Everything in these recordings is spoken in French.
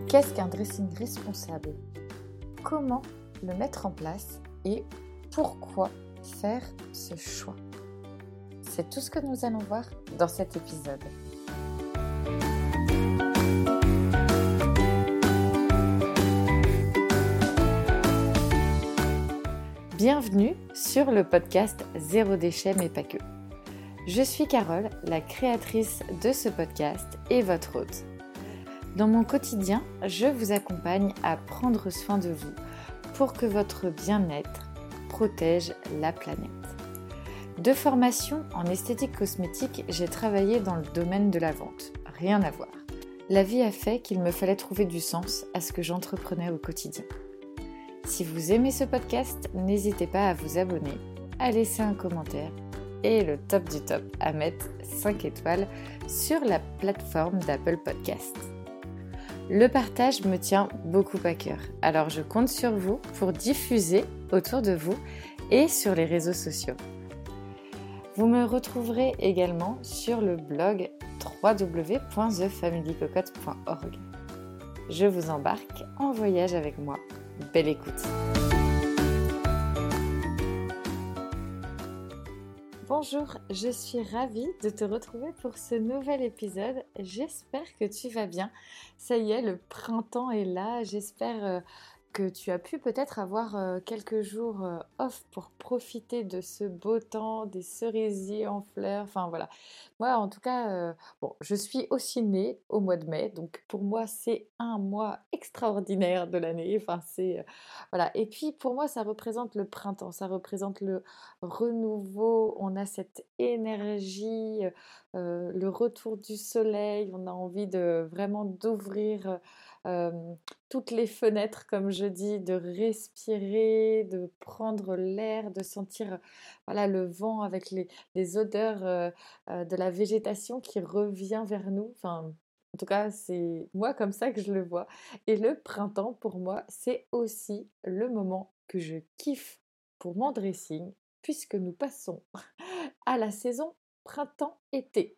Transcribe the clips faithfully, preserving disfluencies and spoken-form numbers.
Qu'est-ce qu'un dressing responsable? Comment le mettre en place et pourquoi faire ce choix? C'est tout ce que nous allons voir dans cet épisode. Bienvenue sur le podcast Zéro déchet mais pas que. Je suis Carole, la créatrice de ce podcast et votre hôte. Dans mon quotidien, je vous accompagne à prendre soin de vous pour que votre bien-être protège la planète. De formation en esthétique cosmétique, j'ai travaillé dans le domaine de la vente. Rien à voir. La vie a fait qu'il me fallait trouver du sens à ce que j'entreprenais au quotidien. Si vous aimez ce podcast, n'hésitez pas à vous abonner, à laisser un commentaire et le top du top, à mettre cinq étoiles sur la plateforme d'Apple Podcast. Le partage me tient beaucoup à cœur, alors je compte sur vous pour diffuser autour de vous et sur les réseaux sociaux. Vous me retrouverez également sur le blog w w w point the family cocotte point org. Je vous embarque en voyage avec moi. Belle écoute! Bonjour, je suis ravie de te retrouver pour ce nouvel épisode. J'espère que tu vas bien. Ça y est, le printemps est là. J'espère euh, que tu as pu peut-être avoir euh, quelques jours euh, off pour profiter de ce beau temps, des cerisiers en fleurs. Enfin voilà. Moi, en tout cas, euh, bon, je suis aussi née au mois de mai. Donc pour moi, c'est un mois extraordinaire de l'année. Enfin, c'est, euh, voilà. Et puis pour moi, ça représente le printemps. Ça représente le renouveau, on a cette énergie, euh, le retour du soleil, on a envie de vraiment d'ouvrir euh, toutes les fenêtres, comme je dis, de respirer, de prendre l'air, de sentir voilà, le vent avec les, les odeurs euh, euh, de la végétation qui revient vers nous. Enfin, en tout cas, c'est moi comme ça que je le vois. Et le printemps, pour moi, c'est aussi le moment que je kiffe pour mon dressing, puisque nous passons à la saison printemps-été.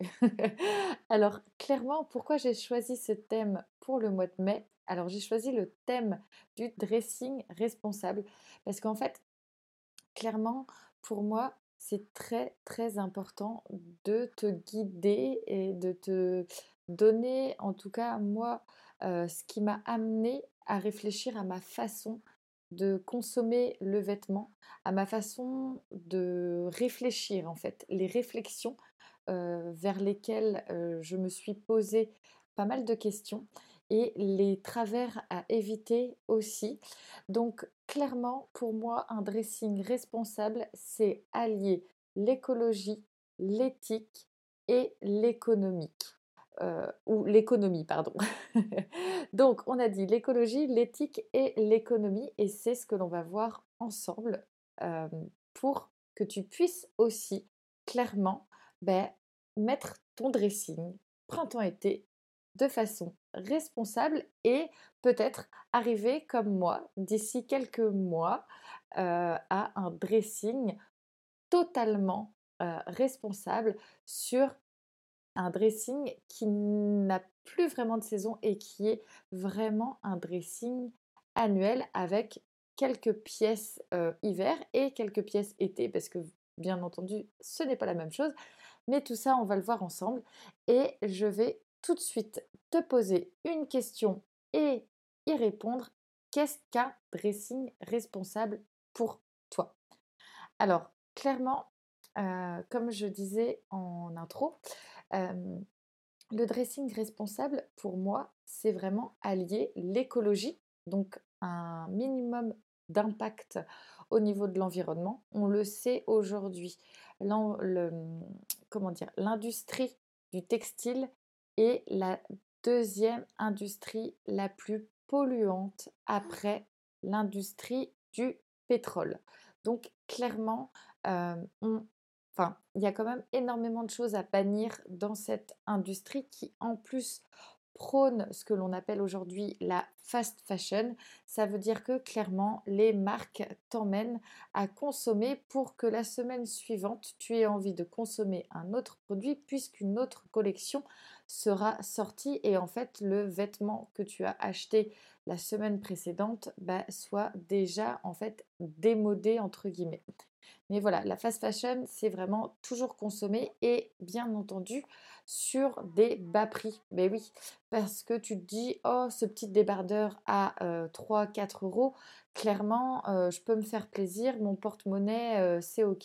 Alors clairement, pourquoi j'ai choisi ce thème pour le mois de mai? Alors j'ai choisi le thème du dressing responsable, parce qu'en fait, clairement, pour moi, c'est très très important de te guider et de te donner, en tout cas moi, euh, ce qui m'a amené à réfléchir à ma façon de consommer le vêtement, à ma façon de réfléchir en fait, les réflexions euh, vers lesquelles euh, je me suis posé pas mal de questions et les travers à éviter aussi. Donc clairement, pour moi, un dressing responsable, c'est allier l'écologie, l'éthique et l'économique. Euh, ou l'économie, pardon. Donc, on a dit l'écologie, l'éthique et l'économie, et c'est ce que l'on va voir ensemble euh, pour que tu puisses aussi clairement ben, mettre ton dressing printemps-été de façon responsable et peut-être arriver comme moi d'ici quelques mois euh, à un dressing totalement euh, responsable sur un dressing qui n'a plus vraiment de saison et qui est vraiment un dressing annuel avec quelques pièces euh, hiver et quelques pièces été parce que bien entendu ce n'est pas la même chose, mais tout ça on va le voir ensemble et je vais tout de suite te poser une question et y répondre. Qu'est-ce qu'un dressing responsable pour toi? Alors clairement, euh, comme je disais en intro, euh, le dressing responsable, pour moi, c'est vraiment allier l'écologie, donc un minimum d'impact au niveau de l'environnement. On le sait aujourd'hui, l'en- le- comment dire, l'industrie du textile est la deuxième industrie la plus polluante après l'industrie du pétrole. Donc clairement, euh, on Enfin, il y a quand même énormément de choses à bannir dans cette industrie qui, en plus, prône ce que l'on appelle aujourd'hui la fast fashion. Ça veut dire que clairement, les marques t'emmènent à consommer pour que la semaine suivante, tu aies envie de consommer un autre produit puisqu'une autre collection sera sortie et en fait, le vêtement que tu as acheté la semaine précédente bah, soit déjà en fait démodé entre guillemets. Mais voilà, la fast fashion, c'est vraiment toujours consommer et bien entendu sur des bas prix. Mais oui, parce que tu te dis, oh, ce petit débardeur à euh, trois quatre euros, clairement, euh, je peux me faire plaisir, mon porte-monnaie, euh, c'est OK.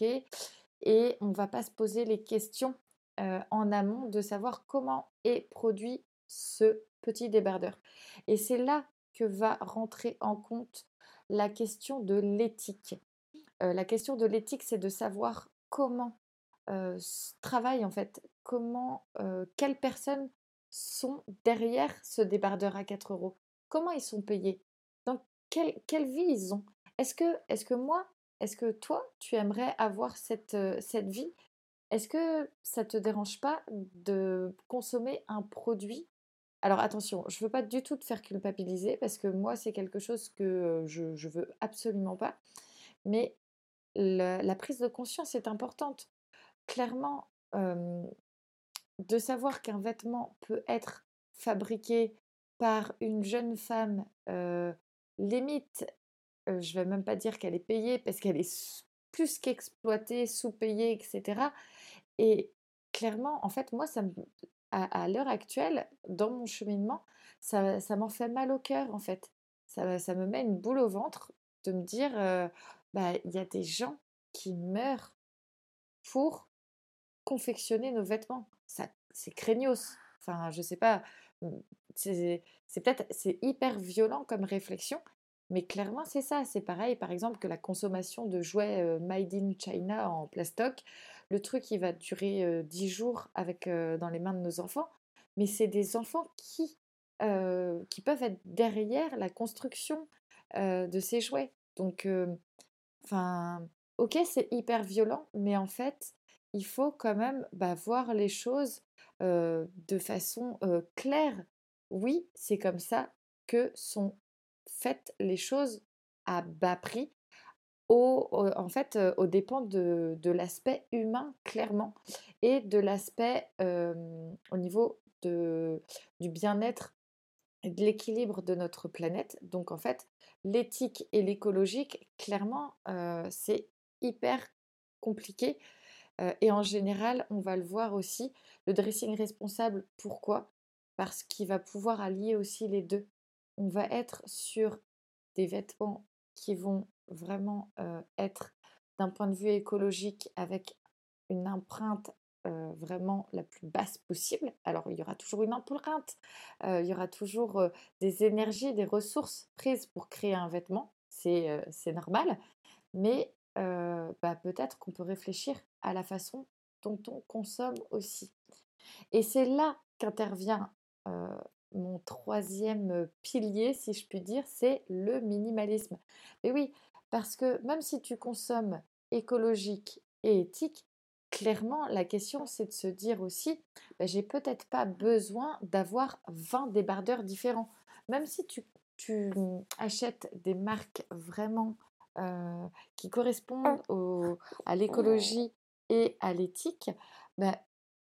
Et on ne va pas se poser les questions euh, en amont de savoir comment est produit ce petit débardeur. Et c'est là que va rentrer en compte la question de l'éthique. Heu, la question de l'éthique, c'est de savoir comment, heu, s travaille en fait, comment, heu, quelles personnes sont derrière ce débardeur à quatre euros. Comment ils sont payés? Dans quelle quelle vie ils ont? Est-ce que est-ce que moi, est-ce que toi, tu aimerais avoir cette, heu, cette vie? Est-ce que ça te dérange pas de consommer un produit alors attention, je veux pas du tout te faire culpabiliser parce que moi, c'est quelque chose que, heu, je je veux absolument pas, mais le- la prise de conscience est importante. Clairement, euh, de savoir qu'un vêtement peut être fabriqué par une jeune femme, euh, limite, euh, je vais même pas dire qu'elle est payée parce qu'elle est s- plus qu'exploitée, sous-payée, et cetera. Et clairement, en fait, moi, ça me, à, à l'heure actuelle, dans mon cheminement, ça, ça m'en fait mal au cœur, en fait. Ça, ça me met une boule au ventre de me dire, euh, bah, il y a des gens qui meurent pour confectionner nos vêtements. Ça, c'est craignos. Enfin, je sais pas. mmh, C'est c'est peut-être c'est hyper violent comme réflexion, mais clairement c'est ça. C'est pareil, par exemple, que la consommation de jouets euh, made in China en plastoc. Le truc, il va durer euh, dix jours avec euh, dans les mains de nos enfants, mais c'est des enfants qui euh, qui peuvent être derrière la construction euh, de ces jouets. Donc, euh, enfin, OK, c'est hyper violent, mais en fait, il faut quand même, bah, voir les choses, heu, de façon, heu, claire. Oui, c'est comme ça que sont faites les choses à bas prix, au au en fait, heu, aux dépens de de l'aspect humain, clairement et de l'aspect, hem, au niveau de du bien-être de l'équilibre de notre planète. Donc en fait, l'éthique et l'écologique, clairement, heu, c'est hyper compliqué, heu et en général, on va le voir aussi, le dressing responsable, pourquoi? Parce qu'il va pouvoir allier aussi les deux. On va être sur des vêtements qui vont vraiment, heu, être d'un point de vue écologique avec une empreinte, heu, vraiment la plus basse possible. Alors il y aura toujours une empreinte, heu, il y aura toujours, heu, des énergies, des ressources prises pour créer un vêtement, c'est, heu, c'est normal, mais heu, bah, peut-être qu'on peut réfléchir à la façon dont on consomme aussi. Et c'est là qu'intervient, heu, mon troisième pilier, si je puis dire, c'est le minimalisme. Mais oui, parce que même si tu consommes écologique et éthique, clairement, la question, c'est de se dire aussi: «Bah, j'ai peut-être pas besoin d'avoir vingt débardeurs différents». Même si tu tu, mmh, achètes des marques vraiment, heu, qui correspondent au à l'écologie et à l'éthique, bah,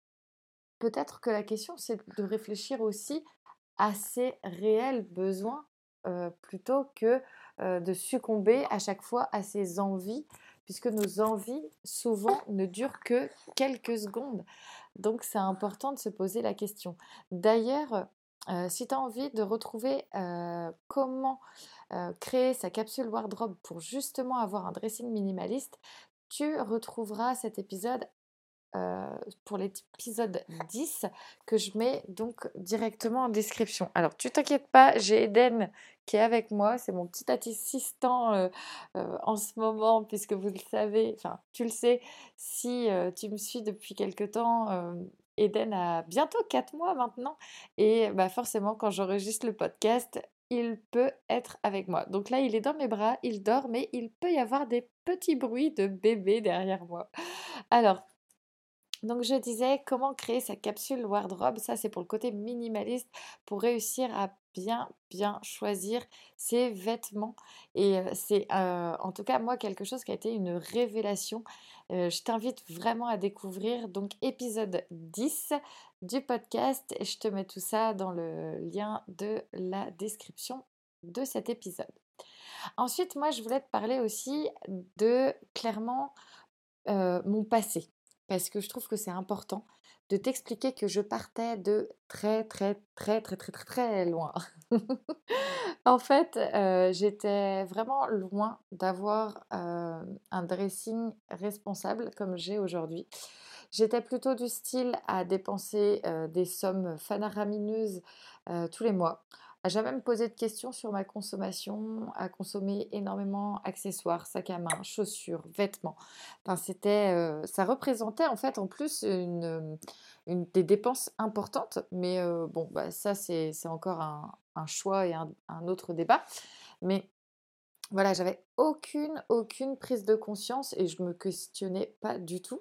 peut-être que la question, c'est de réfléchir aussi à ses réels besoins, heu, plutôt que, heu, de succomber à chaque fois à ses envies, puisque nos envies, souvent, ne durent que quelques secondes. Donc c'est important de se poser la question. D'ailleurs, heu, si tu as envie de retrouver, heu, comment, heu, créer sa capsule wardrobe pour justement avoir un dressing minimaliste, tu retrouveras cet épisode euh, pour l'épisode dix que je mets donc directement en description. Alors, tu t'inquiètes pas, j'ai Eden qui est avec moi, c'est mon petit assistant euh, euh, en ce moment, puisque vous le savez, enfin, tu le sais, si euh, tu me suis depuis quelque temps, euh, Eden a bientôt quatre mois maintenant, et bah, forcément, quand j'enregistre le podcast, il peut être avec moi. Donc là, il est dans mes bras, il dort, mais il peut y avoir des petits bruits de bébé derrière moi. Alors, Donc je disais comment créer sa capsule wardrobe, ça c'est pour le côté minimaliste, pour réussir à bien bien choisir ses vêtements et heu, c'est, heu, en tout cas moi quelque chose qui a été une révélation. Heu, je t'invite vraiment à découvrir donc épisode dix du podcast et je te mets tout ça dans le lien de la description de cet épisode. Ensuite, moi je voulais te parler aussi de clairement heu, mon passé. Parce que je trouve que c'est important de t'expliquer que je partais de très, très, très, très, très, très, très loin. En fait, heu, j'étais vraiment loin d'avoir, heu, un dressing responsable comme j'ai aujourd'hui. J'étais plutôt du style à dépenser, heu, des sommes faramineuses, heu, tous les mois, à jamais me poser de questions sur ma consommation, à consommer énormément accessoires, sacs à main, chaussures, vêtements. Enfin, c'était, heu, ça représentait en fait en plus une, hem, une des dépenses importantes, mais heu, bon, bah, ça c'est c'est encore un un choix et un un autre débat. Mais voilà, j'avais aucune, aucune prise de conscience et je me questionnais pas du tout.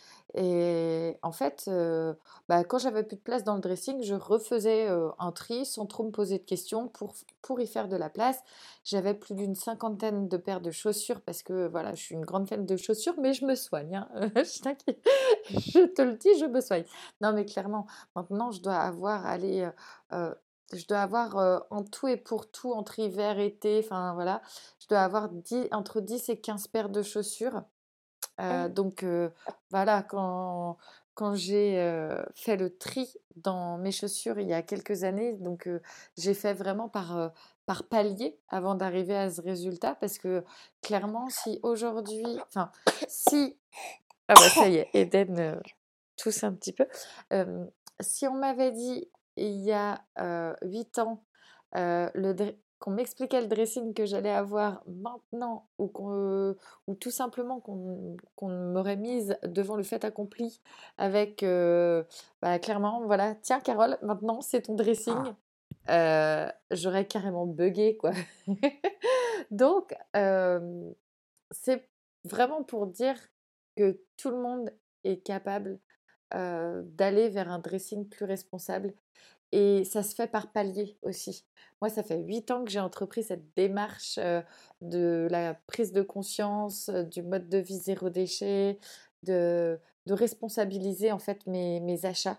Et en fait, heu, bah, quand j'avais plus de place dans le dressing, je refaisais, heu, un tri sans trop me poser de questions pour f pour y faire de la place. J'avais plus d'une cinquantaine de paires de chaussures parce que, voilà, je suis une grande fan de chaussures, mais je me soigne, hein, je t'inquiète, je te le dis, je me soigne. Non, mais clairement, maintenant je dois avoir, allez, heu heu, je dois avoir, heu, en tout et pour tout, entre hiver, été, enfin voilà, je dois avoir dix entre dix et quinze paires de chaussures. Heu, donc heu, voilà, quand quand j'ai, heu, fait le tri dans mes chaussures il y a quelques années, donc heu, j'ai fait vraiment par, heu, par palier avant d'arriver à ce résultat parce que clairement si aujourd'hui enfin si ah bah ça y est, Eden, heu, tousse un petit peu. Hem, si on m'avait dit il y a, heu, huit ans, heu, le dre qu'on m'expliquait le dressing que j'allais avoir maintenant ou qu'on ou tout simplement qu'on qu'on m'aurait mise devant le fait accompli avec, heu, bah, clairement voilà: «Tiens Carole, maintenant c'est ton dressing», heu, j'aurais carrément buggé quoi. Donc hem c'est vraiment pour dire que tout le monde est capable, heu, d'aller vers un dressing plus responsable et ça se fait par palier aussi. Moi, ça fait huit ans que j'ai entrepris cette démarche, heu, de la prise de conscience, heu, du mode de vie zéro déchet, de de responsabiliser en fait mes mes achats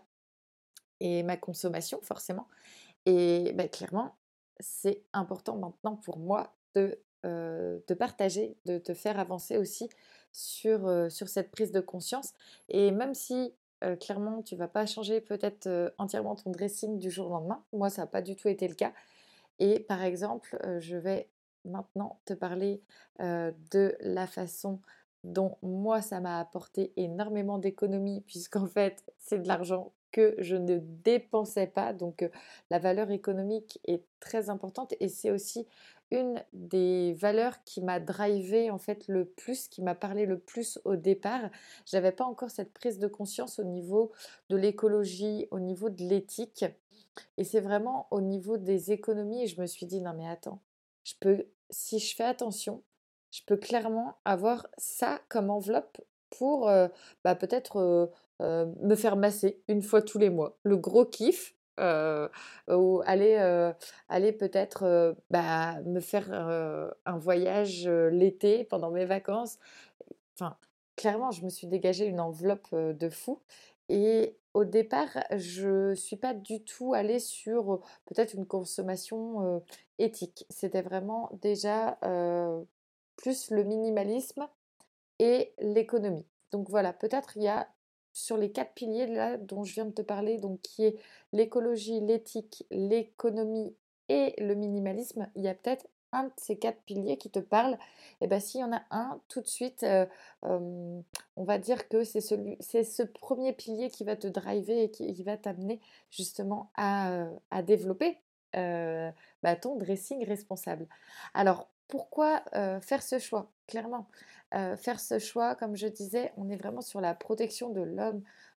et ma consommation forcément et bah, clairement, c'est important maintenant pour moi de, heu, de partager, de te faire avancer aussi sur, heu, sur cette prise de conscience et même si, heu, clairement tu vas pas changer peut-être, heu, entièrement ton dressing du jour au lendemain, moi ça a pas du tout été le cas et par exemple, heu, je vais maintenant te parler, heu, de la façon dont moi ça m'a apporté énormément d'économies puisqu'en fait, c'est de l'argent que je ne dépensais pas donc heu, la valeur économique est très importante et c'est aussi une des valeurs qui m'a drivée en fait le plus, qui m'a parlé le plus au départ. J'avais pas encore cette prise de conscience au niveau de l'écologie, au niveau de l'éthique et c'est vraiment au niveau des économies et je me suis dit: «Non mais attends, je peux si je fais attention, je peux clairement avoir ça comme enveloppe pour, heu, bah, peut-être, heu heu, me faire masser une fois tous les mois». Le gros kiff, heu, ou aller, heu, aller peut-être, heu, bah, me faire, heu, un voyage, heu, l'été pendant mes vacances. Enfin, clairement, je me suis dégagé une enveloppe, heu, de fou et au départ, je suis pas du tout allée sur, heu, peut-être une consommation, heu, éthique. C'était vraiment déjà, heu, plus le minimalisme et l'économie. Donc voilà, peut-être il y a sur les quatre piliers là dont je viens de te parler, donc qui est l'écologie, l'éthique, l'économie et le minimalisme, il y a peut-être un de ces quatre piliers qui te parle. Et ben s'il y en a un, tout de suite, heu, hem, on va dire que c'est celui c'est ce premier pilier qui va te driver et qui qui va t'amener justement à, heu, à développer, heu, bah, ton dressing responsable. Alors pourquoi, heu, faire ce choix? Clairement, Heu, faire ce choix, comme je disais, on est vraiment sur la protection de l'homme,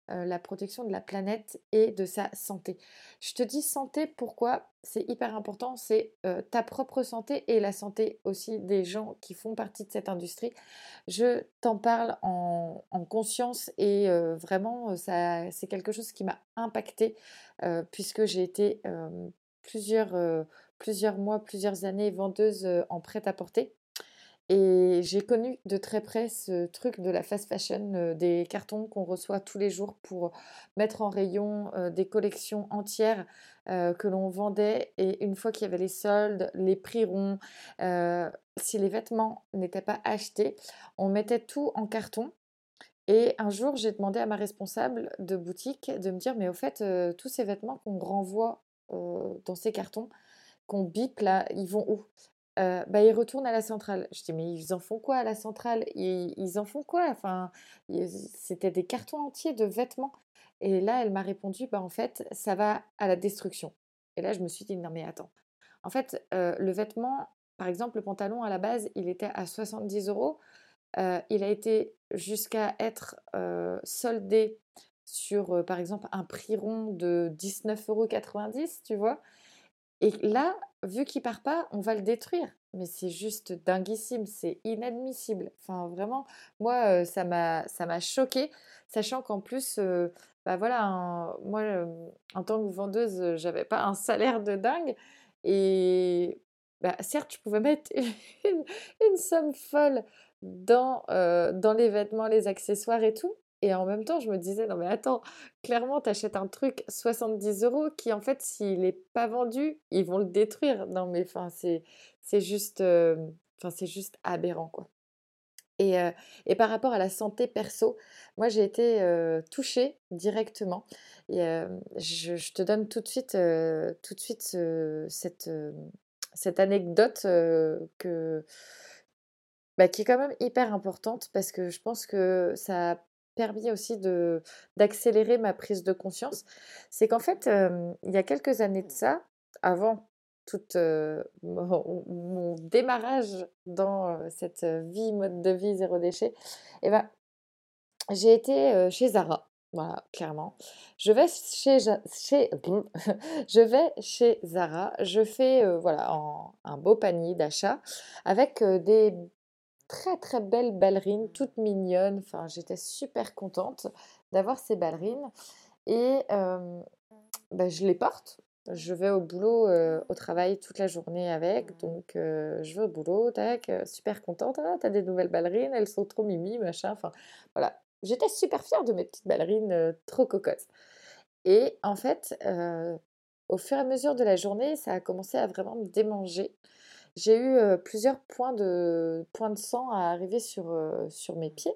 euh, la protection de la planète et de sa santé. Je te dis santé, pourquoi? C'est hyper important, c'est euh, ta propre santé et la santé aussi des gens qui font partie de cette industrie. Je t'en parle en, en conscience et euh, vraiment, euh, ça, c'est quelque chose qui m'a impactée euh, puisque j'ai été euh, plusieurs, euh, plusieurs mois, plusieurs années vendeuse euh, en prêt-à-porter. Et j'ai connu de très près ce truc de la fast fashion, euh, des cartons qu'on reçoit tous les jours pour mettre en rayon euh, des collections entières euh, que l'on vendait. Et une fois qu'il y avait les soldes, les prix ronds, euh, si les vêtements n'étaient pas achetés, on mettait tout en carton. Et un jour, j'ai demandé à ma responsable de boutique de me dire, mais au fait, euh, tous ces vêtements qu'on renvoie euh, dans ces cartons, qu'on bip là, ils vont où? Heu, bah, ils retournent à la centrale. Je dis: «Mais ils en font quoi à la centrale? Ils ils en font quoi?» Enfin, ils c'était des cartons entiers de vêtements et là, elle m'a répondu: «Bah, en fait, ça va à la destruction» et là, je me suis dit: «Non mais attends». En fait, heu, le vêtement, par exemple, le pantalon à la base, il était à soixante-dix euros. Heu, il a été jusqu'à être, heu, soldé sur, heu, par exemple, un prix rond de dix-neuf euros quatre-vingt-dix, tu vois? Et là, vu qu'il part pas, on va le détruire. Mais c'est juste dinguissime, c'est inadmissible. Enfin, vraiment, moi, heu, ça m'a ça m'a choquée, sachant qu'en plus, heu, bah, voilà, hein, moi, hem, en tant que vendeuse, heu, j'avais pas un salaire de dingue et bah, certes, je pouvais mettre une une somme folle dans, heu, dans les vêtements, les accessoires et tout et en même temps, je me disais: «Non mais attends, clairement, tu achètes un truc soixante-dix euros qui, en fait, s'il est pas vendu, ils vont le détruire. Non, mais enfin, c'est c'est juste, heu, enfin, c'est juste aberrant, quoi. Et heu et par rapport à la santé perso, moi, j'ai été, heu, touchée directement et hem, je je te donne tout de suite, heu, tout de suite ce cette, hem, cette anecdote, heu, que bah, qui est quand même hyper importante parce que je pense que ça a permis aussi de d'accélérer ma prise de conscience. C'est qu'en fait, hem, il y a quelques années de ça, avant toute, heu, mon mon démarrage dans, heu, cette, vie, mode de vie zéro déchet et ben, j'ai été, heu, chez Zara, voilà, clairement. Je vais chez Ja chez je vais chez Zara, je fais, heu, voilà, en un beau panier d'achat avec, heu, des très, très belles ballerines, toutes mignonnes. Enfin, j'étais super contente d'avoir ces ballerines et hem, bah, je les porte. Je vais au boulot, heu, au travail toute la journée avec, donc heu, je vais au boulot, tac, heu, super contente: «Ah, tu des nouvelles ballerines, elles sont trop mimi, machin», enfin, voilà. J'étais super fière de mes petites ballerines, heu, trop cocottes et en fait, heu, au fur et à mesure de la journée, ça a commencé à vraiment me démanger. J'ai eu, heu, plusieurs points de points de sang à arriver sur, heu, sur mes pieds,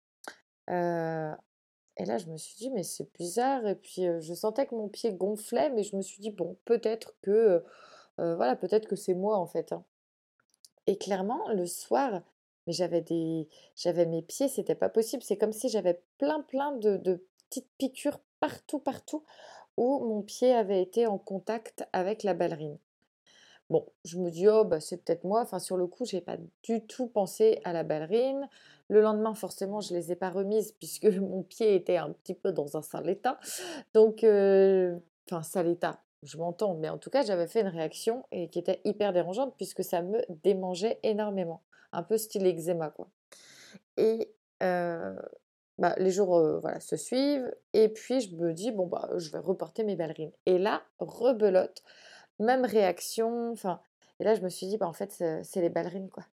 heu et là, je me suis dit: «Mais c'est bizarre» et puis, heu, je sentais que mon pied gonflait, mais je me suis dit: «Bon, peut-être que, heu heu, voilà, peut-être que c'est moi, en fait, hein» et clairement, le soir, mais j'avais des j'avais mes pieds, c'était pas possible. C'est comme si j'avais plein, plein de de petites piqûres partout, partout où mon pied avait été en contact avec la ballerine. Bon, je me dis: «Oh bah, c'est peut-être moi». Enfin, sur le coup, j'ai pas du tout pensé à la ballerine. Le lendemain, forcément, je les ai pas remises puisque mon pied était un petit peu dans un sale état. Donc heu, enfin sale état, je m'entends, mais en tout cas, j'avais fait une réaction et qui était hyper dérangeante puisque ça me démangeait énormément. Un peu style eczéma, quoi et heu, bah, les jours, heu, voilà, se suivent et puis je me dis: «Bon, bah, je vais reporter mes ballerines» et là, rebelote, même réaction, enfin et là, je me suis dit: «Bah, en fait, c'est c'est les ballerines, quoi»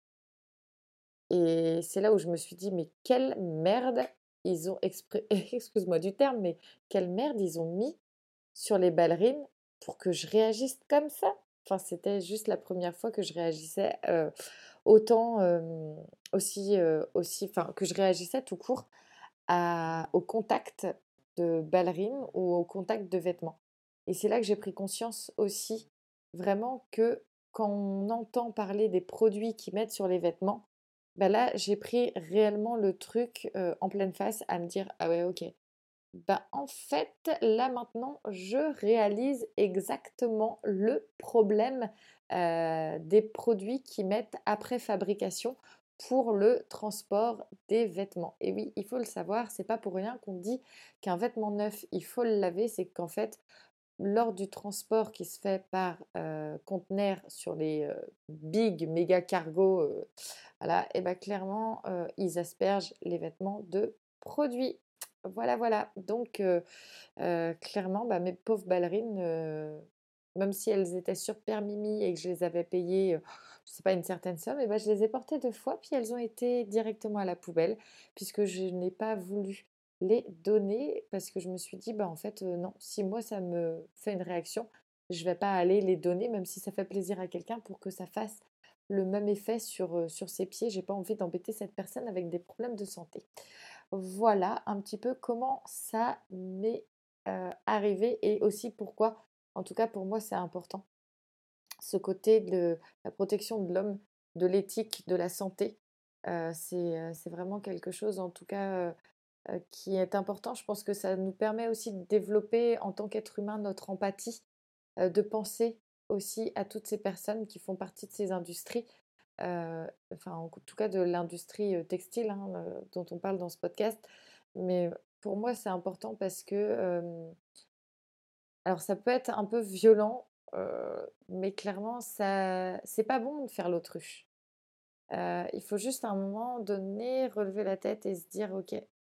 et c'est là où je me suis dit: «Mais quelle merde ils ont expré» excuse-moi du terme, mais quelle merde ils ont mis sur les ballerines pour que je réagisse comme ça?» Enfin, c'était juste la première fois que je réagissais, heu, autant, hem, aussi, heu, aussi enfin, que je réagissais tout court à au contact de ballerines ou au contact de vêtements et c'est là que j'ai pris conscience aussi, vraiment que quand on entend parler des produits qu'ils mettent sur les vêtements, bah, là, j'ai pris réellement le truc, heu, en pleine face à me dire: «Ah ouais, OK. Bah, en fait, là, maintenant, je réalise exactement le problème, heu, des produits qu'ils mettent après fabrication pour le transport des vêtements. Et oui, il faut le savoir, c'est pas pour rien qu'on dit qu'un vêtement neuf, il faut le laver, c'est qu'en fait, lors du transport qui se fait par euh, conteneur sur les euh, big méga cargos, euh, voilà, et ben clairement, euh, ils aspergent les vêtements de produits. Voilà, voilà. Donc, euh, euh, clairement, bah, mes pauvres ballerines, euh, même si elles étaient sur Permimi et que je les avais payées, euh, je sais pas, une certaine somme, et ben, je les ai portées deux fois, puis elles ont été directement à la poubelle, puisque je n'ai pas voulu les donner, parce que je me suis dit, bah, en fait, euh, non, si moi ça me fait une réaction, je vais pas aller les donner, même si ça fait plaisir à quelqu'un, pour que ça fasse le même effet sur, euh, sur ses pieds. J'ai pas envie d'embêter cette personne avec des problèmes de santé. Voilà un petit peu comment ça m'est euh, arrivé et aussi pourquoi, en tout cas pour moi, c'est important. Ce côté de la protection de l'homme, de l'éthique, de la santé, euh, c'est euh, c'est vraiment quelque chose, en tout cas, euh, euh, qui est important. Je pense que ça nous permet aussi de développer en tant qu'être humain notre empathie, euh, de penser aussi à toutes ces personnes qui font partie de ces industries, euh, enfin en tout cas de l'industrie euh, textile, hein, euh, dont on parle dans ce podcast. Mais pour moi, c'est important parce que, euh, alors ça peut être un peu violent, euh, mais clairement, ça, c'est pas bon de faire l'autruche. Euh, il faut juste à un moment donné relever la tête et se dire, ok,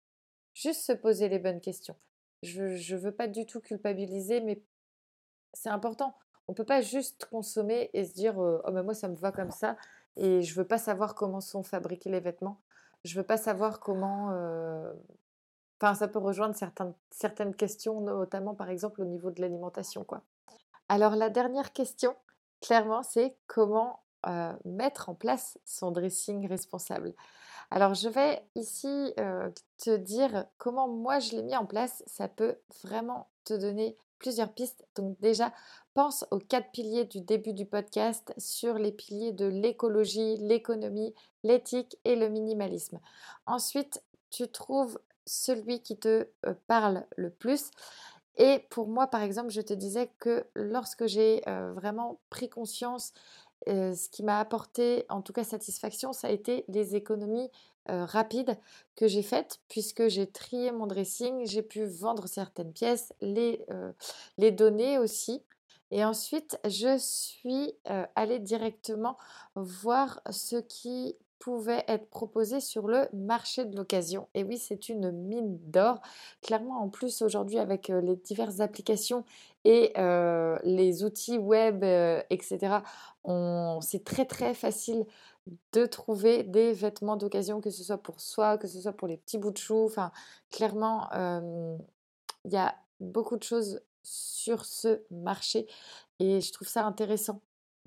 juste se poser les bonnes questions. Je ne veux pas du tout culpabiliser, mais c'est important. On ne peut pas juste consommer et se dire, euh, oh ben moi ça me va comme ça et je veux pas savoir comment sont fabriqués les vêtements. Je veux pas savoir comment. euh, Enfin, ça peut rejoindre certaines, certaines questions, notamment par exemple au niveau de l'alimentation, quoi. Alors la dernière question, clairement, c'est comment euh, mettre en place son dressing responsable. Alors je vais ici euh, te dire comment moi je l'ai mis en place. Ça peut vraiment te donner plusieurs pistes. Donc déjà, pense aux quatre piliers du début du podcast sur les piliers de l'écologie, l'économie, l'éthique et le minimalisme. Ensuite, tu trouves celui qui te euh, parle le plus. Et pour moi, par exemple, je te disais que lorsque j'ai euh, vraiment pris conscience, euh, ce qui m'a apporté en tout cas satisfaction, ça a été les économies euh, rapides que j'ai faites, puisque j'ai trié mon dressing, j'ai pu vendre certaines pièces, les, euh, les donner aussi. Et ensuite, je suis euh, allée directement voir ce qui pouvait être proposé sur le marché de l'occasion. Et oui, c'est une mine d'or. Clairement, en plus, aujourd'hui, avec euh, les diverses applications et euh, les outils web, euh, et cetera, on, c'est très très facile de trouver des vêtements d'occasion, que ce soit pour soi, que ce soit pour les petits bouts de chou. Enfin, clairement, euh, il y a beaucoup de choses sur ce marché et je trouve ça intéressant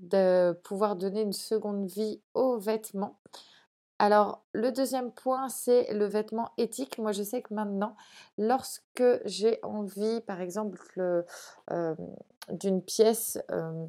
de pouvoir donner une seconde vie aux vêtements. Alors, le deuxième point, c'est le vêtement éthique. Moi, je sais que maintenant, lorsque j'ai envie, par exemple, euh, euh, d'une pièce euh,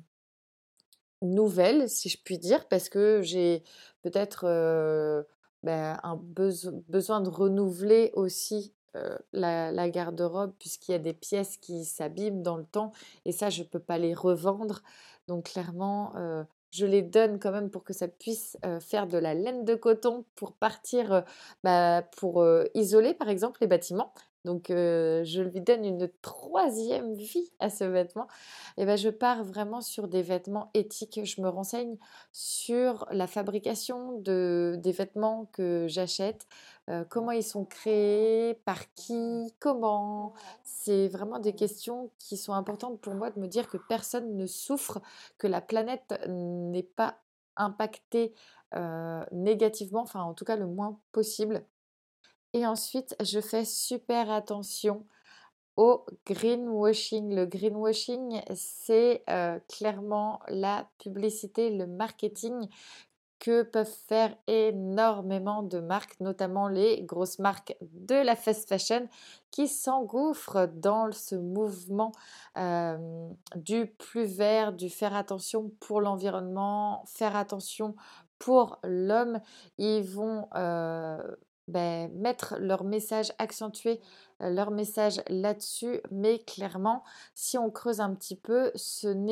nouvelle, si je puis dire, parce que j'ai peut-être euh, ben, un beso- besoin de renouveler aussi euh, la, la garde-robe, puisqu'il y a des pièces qui s'abîment dans le temps, et ça, je ne peux pas les revendre. Donc, clairement, euh, je les donne quand même pour que ça puisse euh, faire de la laine de coton pour partir, euh, bah, pour euh, isoler, par exemple, les bâtiments. Donc, euh, je lui donne une troisième vie à ce vêtement. Et ben, je pars vraiment sur des vêtements éthiques. Je me renseigne sur la fabrication de, des vêtements que j'achète, euh, comment ils sont créés, par qui, comment. C'est vraiment des questions qui sont importantes pour moi de me dire que personne ne souffre, que la planète n'est pas impactée euh, négativement, enfin en tout cas le moins possible. Et ensuite, je fais super attention au greenwashing. Le greenwashing, c'est euh, clairement la publicité, le marketing que peuvent faire énormément de marques, notamment les grosses marques de la fast fashion qui s'engouffrent dans ce mouvement euh, du plus vert, du faire attention pour l'environnement, faire attention pour l'homme. Ils vont euh, ben, mettre leur message, accentuer euh, leur message là-dessus, mais clairement, si on creuse un petit peu, ce n'est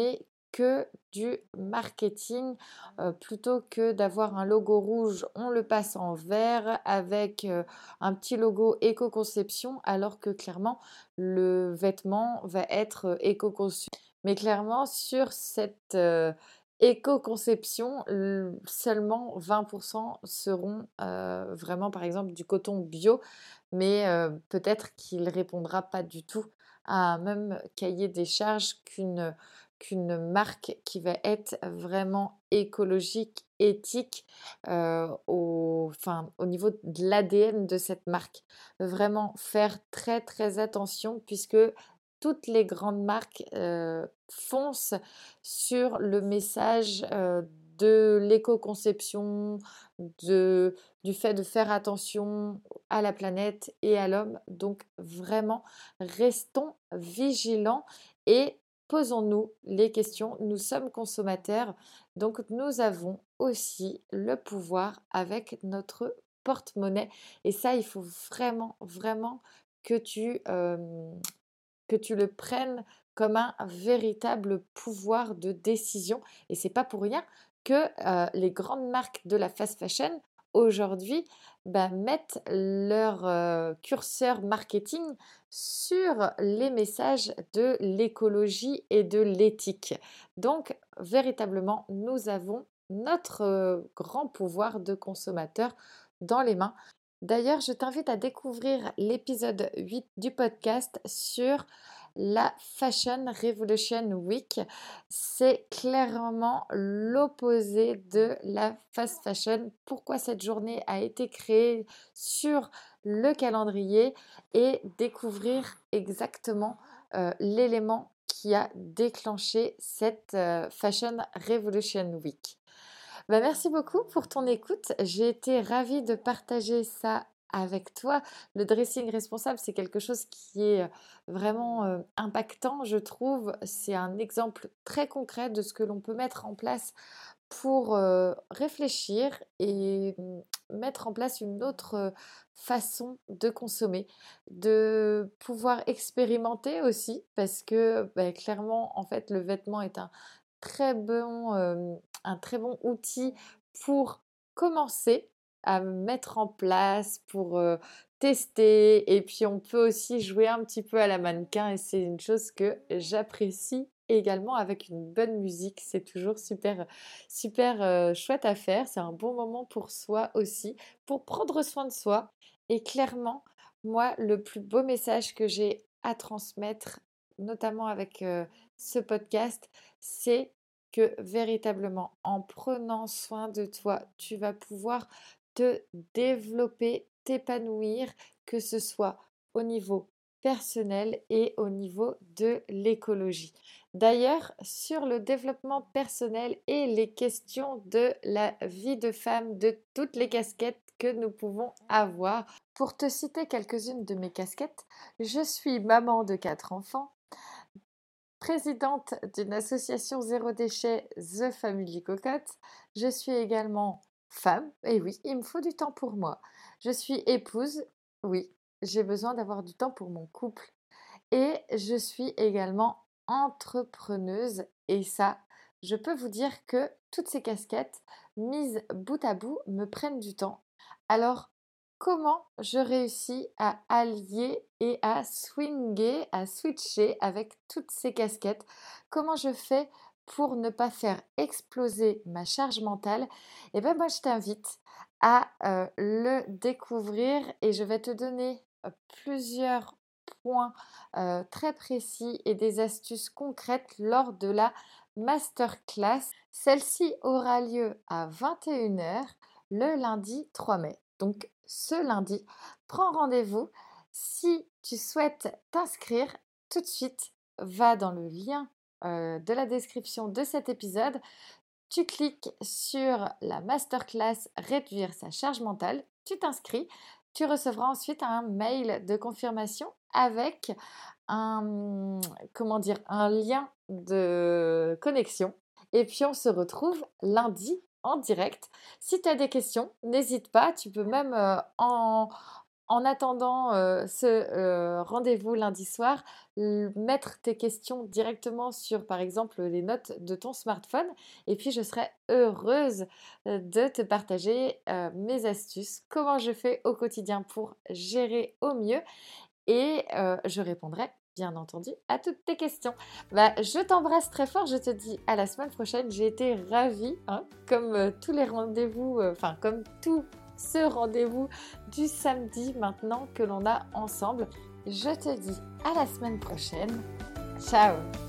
que du marketing. Euh, plutôt que d'avoir un logo rouge, on le passe en vert avec euh, un petit logo éco-conception, alors que clairement, le vêtement va être euh, éco-conçu. Mais clairement, sur cette euh, éco-conception, l- seulement vingt pour cent seront euh, vraiment, par exemple, du coton bio, mais euh, peut-être qu'il ne répondra pas du tout à un même cahier des charges qu'une qu'une marque qui va être vraiment écologique, éthique, euh, au, enfin, au niveau de l'A D N de cette marque. Vraiment faire très très attention puisque toutes les grandes marques euh, foncent sur le message euh, de l'éco-conception, de, du fait de faire attention à la planète et à l'homme. Donc vraiment, restons vigilants et posons-nous les questions. Nous sommes consommateurs, donc nous avons aussi le pouvoir avec notre porte-monnaie. Et ça, il faut vraiment, vraiment que tu, euh, que tu le prennes comme un véritable pouvoir de décision. Et c'est pas pour rien que euh, les grandes marques de la fast fashion aujourd'hui bah, mettent leur euh, curseur marketing sur les messages de l'écologie et de l'éthique. Donc, véritablement, nous avons notre euh, grand pouvoir de consommateur dans les mains. D'ailleurs, je t'invite à découvrir l'épisode huit du podcast sur la Fashion Revolution Week. C'est clairement l'opposé de la fast fashion. Pourquoi cette journée a été créée sur le calendrier et découvrir exactement euh, l'élément qui a déclenché cette euh, Fashion Revolution Week. Bah, merci beaucoup pour ton écoute. J'ai été ravie de partager ça avec toi. Le dressing responsable, c'est quelque chose qui est euh, vraiment euh, impactant, je trouve. C'est un exemple très concret de ce que l'on peut mettre en place pour euh, réfléchir et mm, mettre en place une autre euh, façon de consommer, de pouvoir expérimenter aussi, parce que bah, clairement, en fait, le vêtement est un très bon, euh, un très bon outil pour commencer à mettre en place, pour euh, tester. Et puis, on peut aussi jouer un petit peu à la mannequin et c'est une chose que j'apprécie également avec une bonne musique. C'est toujours super, super euh, chouette à faire. C'est un bon moment pour soi aussi, pour prendre soin de soi. Et clairement, moi, le plus beau message que j'ai à transmettre, notamment avec euh, ce podcast, c'est que véritablement, en prenant soin de toi, tu vas pouvoir te développer, t'épanouir, que ce soit au niveau personnel et au niveau de l'écologie. D'ailleurs, sur le développement personnel et les questions de la vie de femme, de toutes les casquettes que nous pouvons avoir, pour te citer quelques-unes de mes casquettes, je suis maman de quatre enfants, présidente d'une association zéro déchet, The Family Cocotte. Je suis également femme, et oui, il me faut du temps pour moi. Je suis épouse, oui, j'ai besoin d'avoir du temps pour mon couple. Et je suis également entrepreneuse, et ça, je peux vous dire que toutes ces casquettes, mises bout à bout, me prennent du temps. Alors, comment je réussis à allier et à swinguer, à switcher avec toutes ces casquettes? Comment je fais pour ne pas faire exploser ma charge mentale? Eh bien, moi, je t'invite à euh, le découvrir et je vais te donner euh, plusieurs points euh, très précis et des astuces concrètes lors de la masterclass. Celle-ci aura lieu à vingt et une heures le lundi trois mai. Donc ce lundi, prends rendez-vous. Si tu souhaites t'inscrire tout de suite, va dans le lien euh, de la description de cet épisode. Tu cliques sur la masterclass Réduire sa charge mentale, tu t'inscris, tu recevras ensuite un mail de confirmation avec un, comment dire, un lien de connexion. Et puis on se retrouve lundi en direct. Si tu as des questions, n'hésite pas, tu peux même euh, en, En attendant euh, ce euh, rendez-vous lundi soir, l- mettre tes questions directement sur, par exemple, les notes de ton smartphone. Et puis, je serai heureuse euh, de te partager euh, mes astuces, comment je fais au quotidien pour gérer au mieux. Et euh, je répondrai, bien entendu, à toutes tes questions. Bah, je t'embrasse très fort. Je te dis à la semaine prochaine. J'ai été ravie, hein, comme euh, tous les rendez-vous, euh, enfin, comme tout ce rendez-vous du samedi maintenant que l'on a ensemble. Je te dis à la semaine prochaine. Ciao!